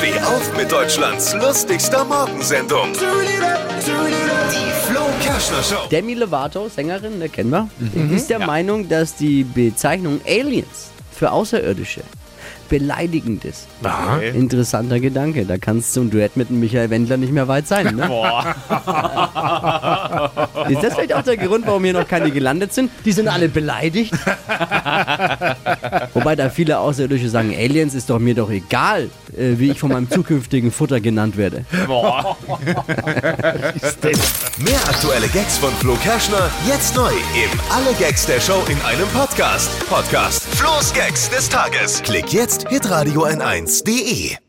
Steh auf mit Deutschlands lustigster Morgensendung. Die Flo Kerschner Show. Demi Lovato, Sängerin, ne, kennen wir, ist der Meinung, dass die Bezeichnung Aliens für Außerirdische beleidigend ist. Okay. Interessanter Gedanke. Da kannst du ein Duett mit dem Michael Wendler nicht mehr weit sein. Ne? Ist das vielleicht auch der Grund, warum hier noch keine gelandet sind? Die sind alle beleidigt. Wobei da viele Außerirdische sagen, Aliens ist mir doch egal, wie ich von meinem zukünftigen Futter genannt werde. Mehr aktuelle Gags von Flo Kerschner jetzt neu im Alle Gags der Show in einem Podcast. Podcast Flo's Gags des Tages. Klick jetzt hitradio n1.de.